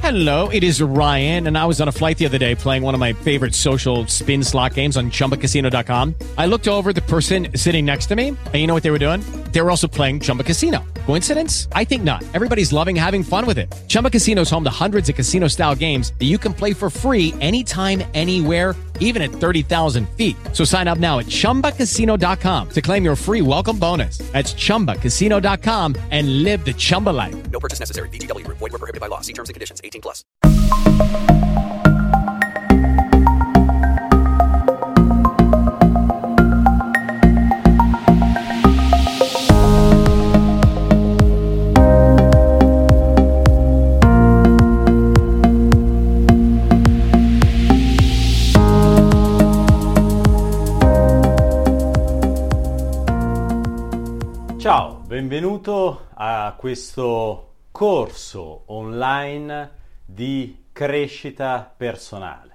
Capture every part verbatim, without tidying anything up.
Hello, it is Ryan, and I was on a flight the other day playing one of my favorite social spin slot games on Chumba Casino dot com. I looked over at the person sitting next to me, and you know what they were doing? They were also playing Chumba Casino. Coincidence? I think not. Everybody's loving having fun with it. Chumba Casino is home to hundreds of casino-style games that you can play for free anytime, anywhere, even at thirty thousand feet. So sign up now at Chumba Casino dot com to claim your free welcome bonus. That's Chumba Casino dot com and live the Chumba life. No purchase necessary. V G W. Void where prohibited by law. See terms and conditions. eighteen plus. Ciao, benvenuto a questo corso online di crescita personale.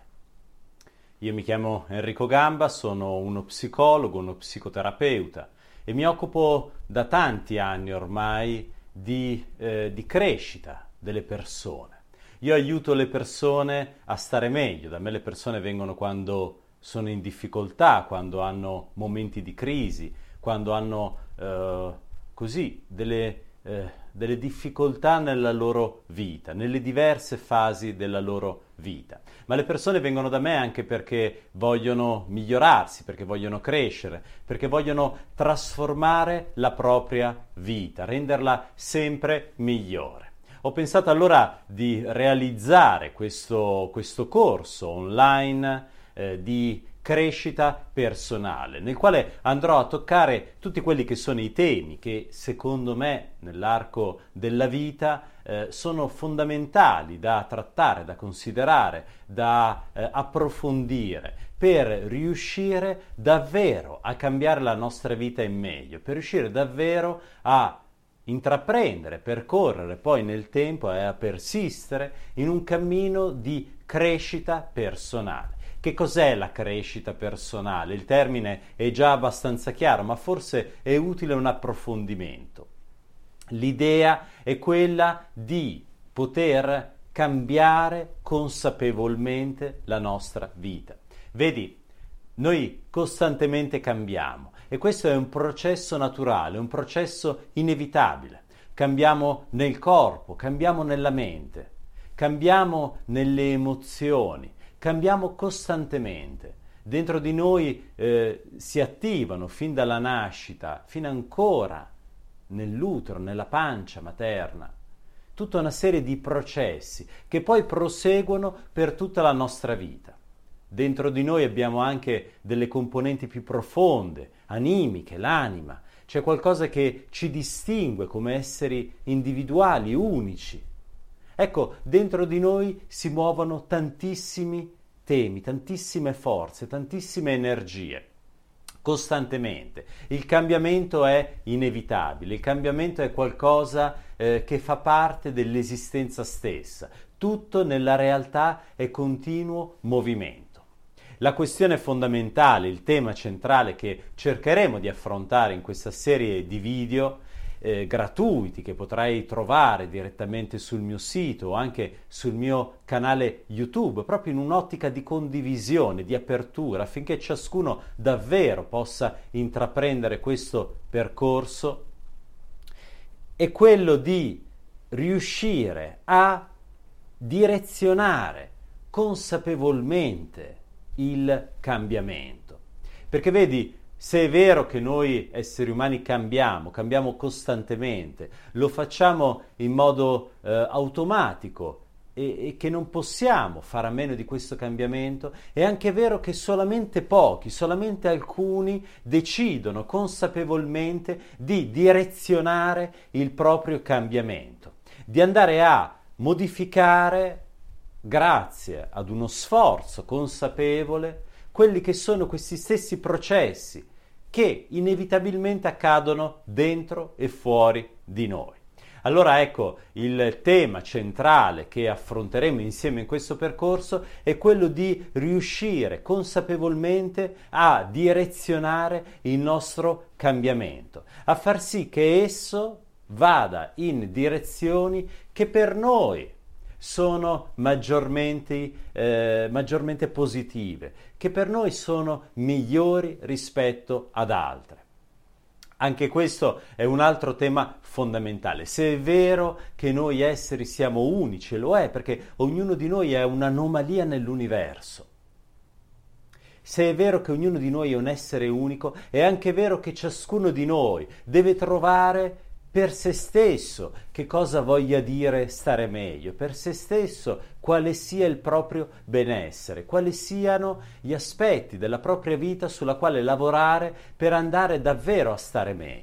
Io mi chiamo Enrico Gamba, sono uno psicologo, uno psicoterapeuta e mi occupo da tanti anni ormai di, eh, di crescita delle persone. Io aiuto le persone a stare meglio. Da me le persone vengono quando sono in difficoltà, quando hanno momenti di crisi, quando hanno eh, così delle, eh, delle difficoltà nella loro vita, nelle diverse fasi della loro vita. Ma le persone vengono da me anche perché vogliono migliorarsi, perché vogliono crescere, perché vogliono trasformare la propria vita, renderla sempre migliore. Ho pensato allora di realizzare questo, questo corso online eh, di crescita personale, nel quale andrò a toccare tutti quelli che sono i temi che secondo me nell'arco della vita eh, sono fondamentali da trattare, da considerare, da eh, approfondire per riuscire davvero a cambiare la nostra vita in meglio, per riuscire davvero a intraprendere, percorrere poi nel tempo e a persistere in un cammino di crescita personale. Che cos'è la crescita personale? Il termine è già abbastanza chiaro, ma forse è utile un approfondimento. L'idea è quella di poter cambiare consapevolmente la nostra vita. Vedi, noi costantemente cambiamo e questo è un processo naturale, un processo inevitabile. Cambiamo nel corpo, cambiamo nella mente, cambiamo nelle emozioni. Cambiamo costantemente. Dentro di noi eh, si attivano fin dalla nascita, fino ancora nell'utero, nella pancia materna, tutta una serie di processi che poi proseguono per tutta la nostra vita. Dentro di noi abbiamo anche delle componenti più profonde, animiche, l'anima. C'è qualcosa che ci distingue come esseri individuali, unici. Ecco, dentro di noi si muovono tantissimi temi, tantissime forze, tantissime energie, costantemente. Il cambiamento è inevitabile, il cambiamento è qualcosa eh, che fa parte dell'esistenza stessa. Tutto nella realtà è continuo movimento. La questione fondamentale, il tema centrale che cercheremo di affrontare in questa serie di video Eh, gratuiti che potrai trovare direttamente sul mio sito o anche sul mio canale YouTube, proprio in un'ottica di condivisione, di apertura, affinché ciascuno davvero possa intraprendere questo percorso, è quello di riuscire a direzionare consapevolmente il cambiamento. Perché vedi, se è vero che noi esseri umani cambiamo, cambiamo costantemente, lo facciamo in modo eh, automatico e, e che non possiamo fare a meno di questo cambiamento, è anche vero che solamente pochi, solamente alcuni decidono consapevolmente di direzionare il proprio cambiamento, di andare a modificare, grazie ad uno sforzo consapevole, quelli che sono questi stessi processi che inevitabilmente accadono dentro e fuori di noi. Allora ecco, il tema centrale che affronteremo insieme in questo percorso è quello di riuscire consapevolmente a direzionare il nostro cambiamento, a far sì che esso vada in direzioni che per noi sono maggiormente, eh, maggiormente positive, che per noi sono migliori rispetto ad altre. Anche questo è un altro tema fondamentale. Se è vero che noi esseri siamo unici, lo è perché ognuno di noi è un'anomalia nell'universo. Se è vero che ognuno di noi è un essere unico, è anche vero che ciascuno di noi deve trovare per se stesso che cosa voglia dire stare meglio, per se stesso quale sia il proprio benessere, quali siano gli aspetti della propria vita sulla quale lavorare per andare davvero a stare meglio.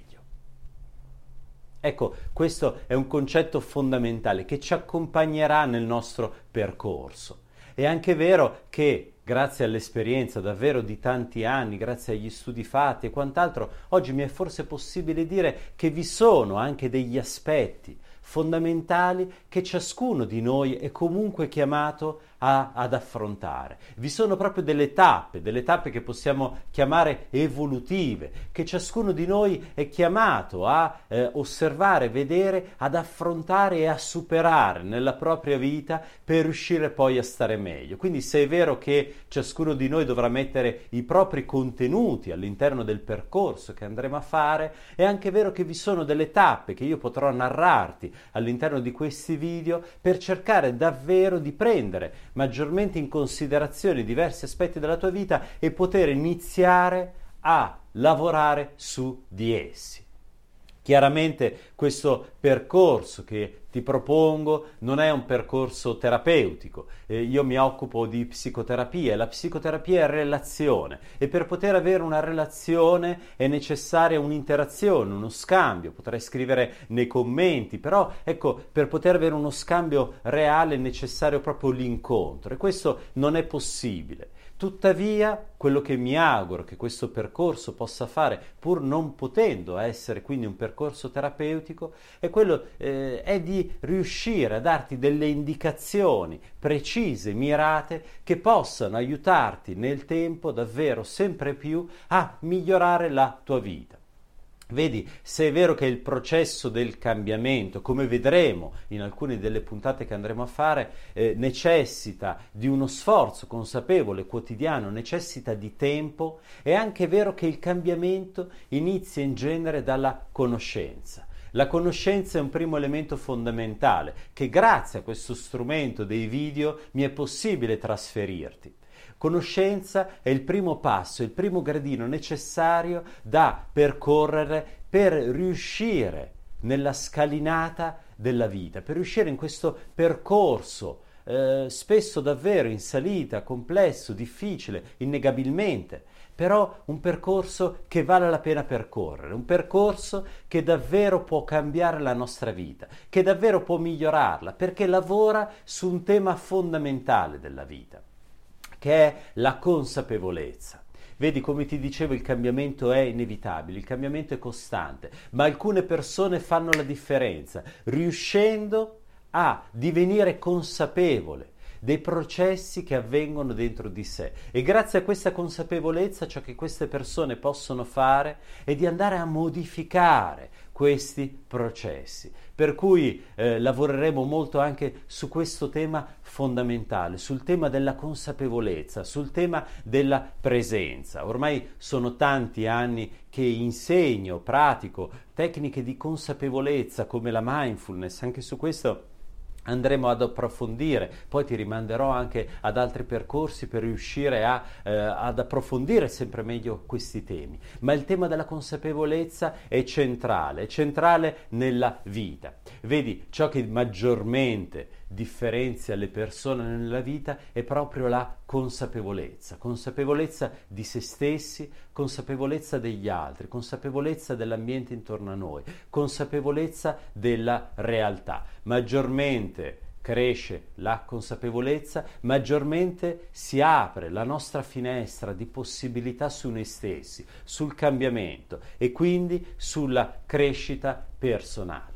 Ecco, questo è un concetto fondamentale che ci accompagnerà nel nostro percorso. È anche vero che grazie all'esperienza davvero di tanti anni, grazie agli studi fatti e quant'altro, oggi mi è forse possibile dire che vi sono anche degli aspetti fondamentali che ciascuno di noi è comunque chiamato a, ad affrontare. Vi sono proprio delle tappe, delle tappe che possiamo chiamare evolutive, che ciascuno di noi è chiamato a eh, osservare, vedere, ad affrontare e a superare nella propria vita per riuscire poi a stare meglio. Quindi se è vero che ciascuno di noi dovrà mettere i propri contenuti all'interno del percorso che andremo a fare, è anche vero che vi sono delle tappe che io potrò narrarti all'interno di questi video per cercare davvero di prendere maggiormente in considerazione diversi aspetti della tua vita e poter iniziare a lavorare su di essi. Chiaramente questo percorso che ti propongo non è un percorso terapeutico, eh, io mi occupo di psicoterapia e la psicoterapia è relazione e per poter avere una relazione è necessaria un'interazione, uno scambio, potrai scrivere nei commenti, però ecco, per poter avere uno scambio reale è necessario proprio l'incontro e questo non è possibile. Tuttavia, quello che mi auguro che questo percorso possa fare, pur non potendo essere quindi un percorso terapeutico, è quello eh, è di riuscire a darti delle indicazioni precise, mirate, che possano aiutarti nel tempo davvero sempre più a migliorare la tua vita. Vedi, se è vero che il processo del cambiamento, come vedremo in alcune delle puntate che andremo a fare, eh, necessita di uno sforzo consapevole, quotidiano, necessita di tempo, è anche vero che il cambiamento inizia in genere dalla conoscenza. La conoscenza è un primo elemento fondamentale che grazie a questo strumento dei video mi è possibile trasferirti. Conoscenza è il primo passo, il primo gradino necessario da percorrere per riuscire nella scalinata della vita, per riuscire in questo percorso eh, spesso davvero in salita, complesso, difficile, innegabilmente, però un percorso che vale la pena percorrere, un percorso che davvero può cambiare la nostra vita, che davvero può migliorarla, perché lavora su un tema fondamentale della vita, che è la consapevolezza. Vedi, come ti dicevo, il cambiamento è inevitabile, il cambiamento è costante, ma alcune persone fanno la differenza, riuscendo a divenire consapevole dei processi che avvengono dentro di sé. E grazie a questa consapevolezza ciò che queste persone possono fare è di andare a modificare questi processi. Per cui eh, lavoreremo molto anche su questo tema fondamentale, sul tema della consapevolezza, sul tema della presenza. Ormai sono tanti anni che insegno, pratico tecniche di consapevolezza come la mindfulness, anche su questo andremo ad approfondire, poi ti rimanderò anche ad altri percorsi per riuscire a, eh, ad approfondire sempre meglio questi temi. Ma il tema della consapevolezza è centrale, è centrale nella vita. Vedi, ciò che maggiormente differenzia le persone nella vita è proprio la consapevolezza, consapevolezza di se stessi, consapevolezza degli altri, consapevolezza dell'ambiente intorno a noi, consapevolezza della realtà. Maggiormente cresce la consapevolezza, maggiormente si apre la nostra finestra di possibilità su noi stessi, sul cambiamento e quindi sulla crescita personale.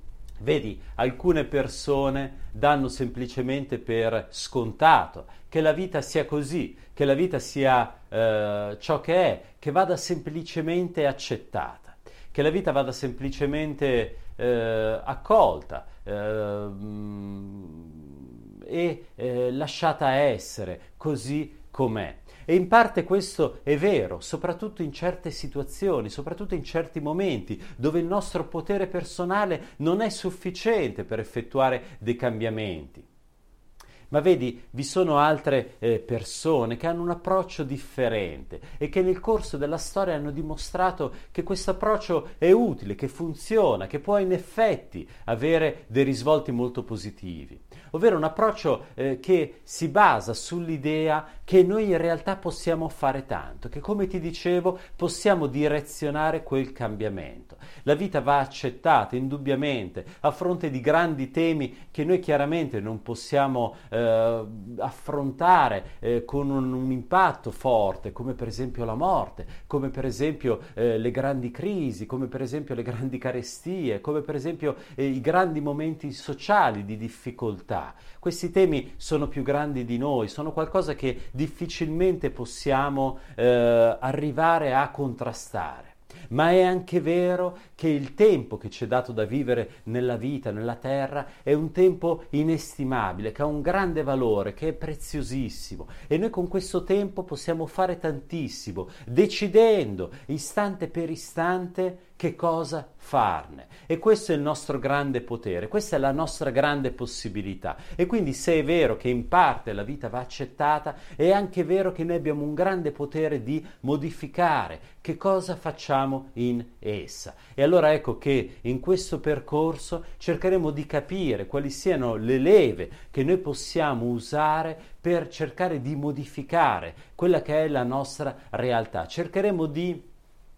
Vedi, alcune persone danno semplicemente per scontato che la vita sia così, che la vita sia eh, ciò che è, che vada semplicemente accettata, che la vita vada semplicemente eh, accolta, eh, e eh, lasciata essere così com'è. E in parte questo è vero, soprattutto in certe situazioni, soprattutto in certi momenti dove il nostro potere personale non è sufficiente per effettuare dei cambiamenti. Ma vedi, vi sono altre eh, persone che hanno un approccio differente e che nel corso della storia hanno dimostrato che questo approccio è utile, che funziona, che può in effetti avere dei risvolti molto positivi. Ovvero un approccio eh, che si basa sull'idea che noi in realtà possiamo fare tanto, che come ti dicevo possiamo direzionare quel cambiamento. La vita va accettata indubbiamente a fronte di grandi temi che noi chiaramente non possiamo eh, affrontare eh, con un, un impatto forte, come per esempio la morte, come per esempio eh, le grandi crisi, come per esempio le grandi carestie, come per esempio eh, i grandi momenti sociali di difficoltà. Questi temi sono più grandi di noi, sono qualcosa che difficilmente possiamo eh, arrivare a contrastare. Ma è anche vero che il tempo che ci è dato da vivere nella vita, nella terra, è un tempo inestimabile, che ha un grande valore, che è preziosissimo. E noi con questo tempo possiamo fare tantissimo, decidendo istante per istante che cosa farne. E questo è il nostro grande potere, questa è la nostra grande possibilità. E quindi se è vero che in parte la vita va accettata, è anche vero che noi abbiamo un grande potere di modificare che cosa facciamo in essa. E allora ecco che in questo percorso cercheremo di capire quali siano le leve che noi possiamo usare per cercare di modificare quella che è la nostra realtà. Cercheremo di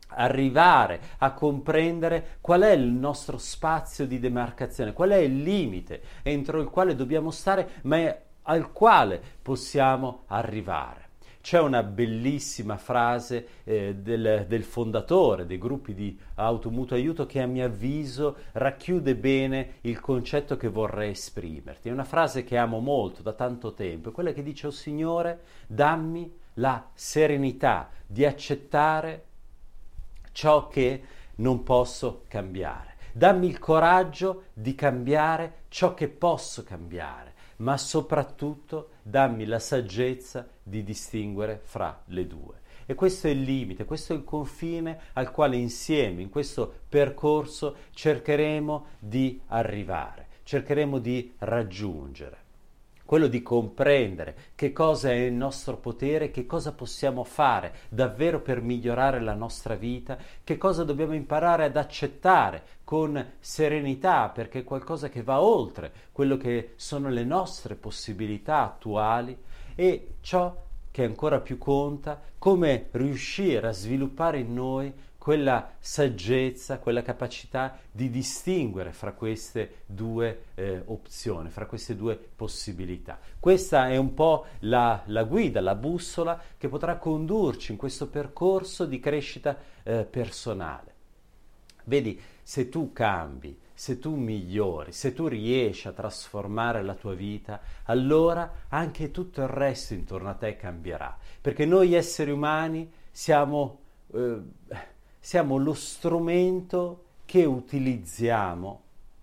arrivare a comprendere qual è il nostro spazio di demarcazione, qual è il limite entro il quale dobbiamo stare, ma al quale possiamo arrivare. C'è una bellissima frase eh, del, del fondatore dei gruppi di automutuo aiuto che a mio avviso racchiude bene il concetto che vorrei esprimerti. È una frase che amo molto da tanto tempo, è quella che dice: "Oh Signore, dammi la serenità di accettare ciò che non posso cambiare. Dammi il coraggio di cambiare ciò che posso cambiare, ma soprattutto dammi la saggezza di distinguere fra le due." E questo è il limite, questo è il confine al quale insieme in questo percorso cercheremo di arrivare, cercheremo di raggiungere. Quello di comprendere che cosa è il nostro potere, che cosa possiamo fare davvero per migliorare la nostra vita, che cosa dobbiamo imparare ad accettare con serenità, perché è qualcosa che va oltre quello che sono le nostre possibilità attuali, e ciò che ancora più conta, come riuscire a sviluppare in noi quella saggezza, quella capacità di distinguere fra queste due eh, opzioni, fra queste due possibilità. Questa è un po' la, la guida, la bussola che potrà condurci in questo percorso di crescita eh, personale. Vedi, se tu cambi, se tu migliori, se tu riesci a trasformare la tua vita, allora anche tutto il resto intorno a te cambierà, perché noi esseri umani siamo... Eh, Siamo lo strumento che utilizziamo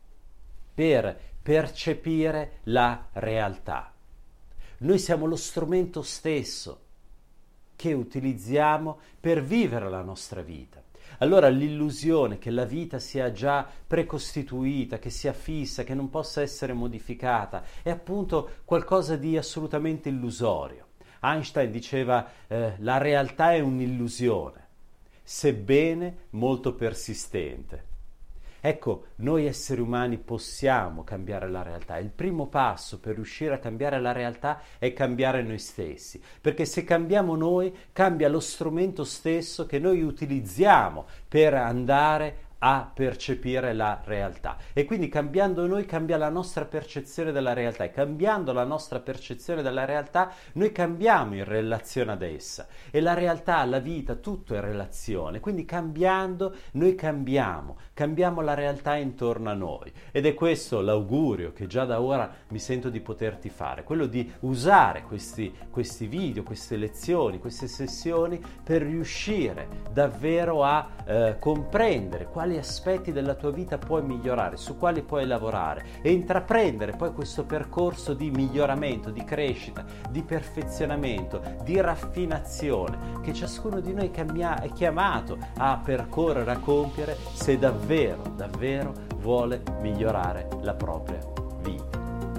per percepire la realtà. Noi siamo lo strumento stesso che utilizziamo per vivere la nostra vita. Allora l'illusione che la vita sia già precostituita, che sia fissa, che non possa essere modificata, è appunto qualcosa di assolutamente illusorio. Einstein diceva eh, la realtà è un'illusione, sebbene molto persistente. Ecco, noi esseri umani possiamo cambiare la realtà. Il primo passo per riuscire a cambiare la realtà è cambiare noi stessi, perché se cambiamo noi, cambia lo strumento stesso che noi utilizziamo per andare a percepire la realtà. E quindi cambiando noi cambia la nostra percezione della realtà, e cambiando la nostra percezione della realtà noi cambiamo in relazione ad essa, e la realtà, la vita, tutto è relazione. Quindi cambiando noi cambiamo cambiamo la realtà intorno a noi, ed è questo l'augurio che già da ora mi sento di poterti fare, quello di usare questi, questi video, queste lezioni, queste sessioni per riuscire davvero a eh, comprendere quali quali aspetti della tua vita puoi migliorare, su quali puoi lavorare e intraprendere poi questo percorso di miglioramento, di crescita, di perfezionamento, di raffinazione che ciascuno di noi è chiamato a percorrere, a compiere se davvero, davvero vuole migliorare la propria vita.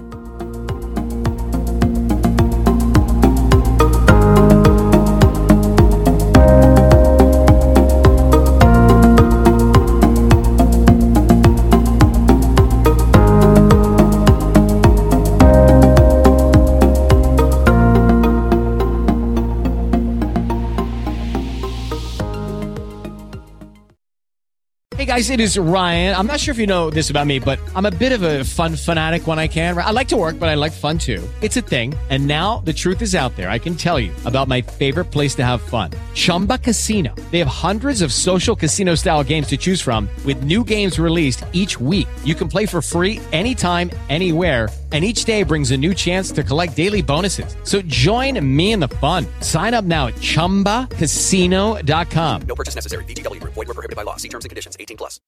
Hey guys, it is Ryan. I'm not sure if you know this about me, but I'm a bit of a fun fanatic when I can. I like to work, but I like fun too. It's a thing. And now the truth is out there. I can tell you about my favorite place to have fun. Chumba Casino. They have hundreds of social casino style games to choose from with new games released each week. You can play for free anytime, anywhere. And each day brings a new chance to collect daily bonuses. So join me in the fun. Sign up now at chumba casino dot com. No purchase necessary. V G W Group. Void where prohibited by law. See terms and conditions. eighteen plus.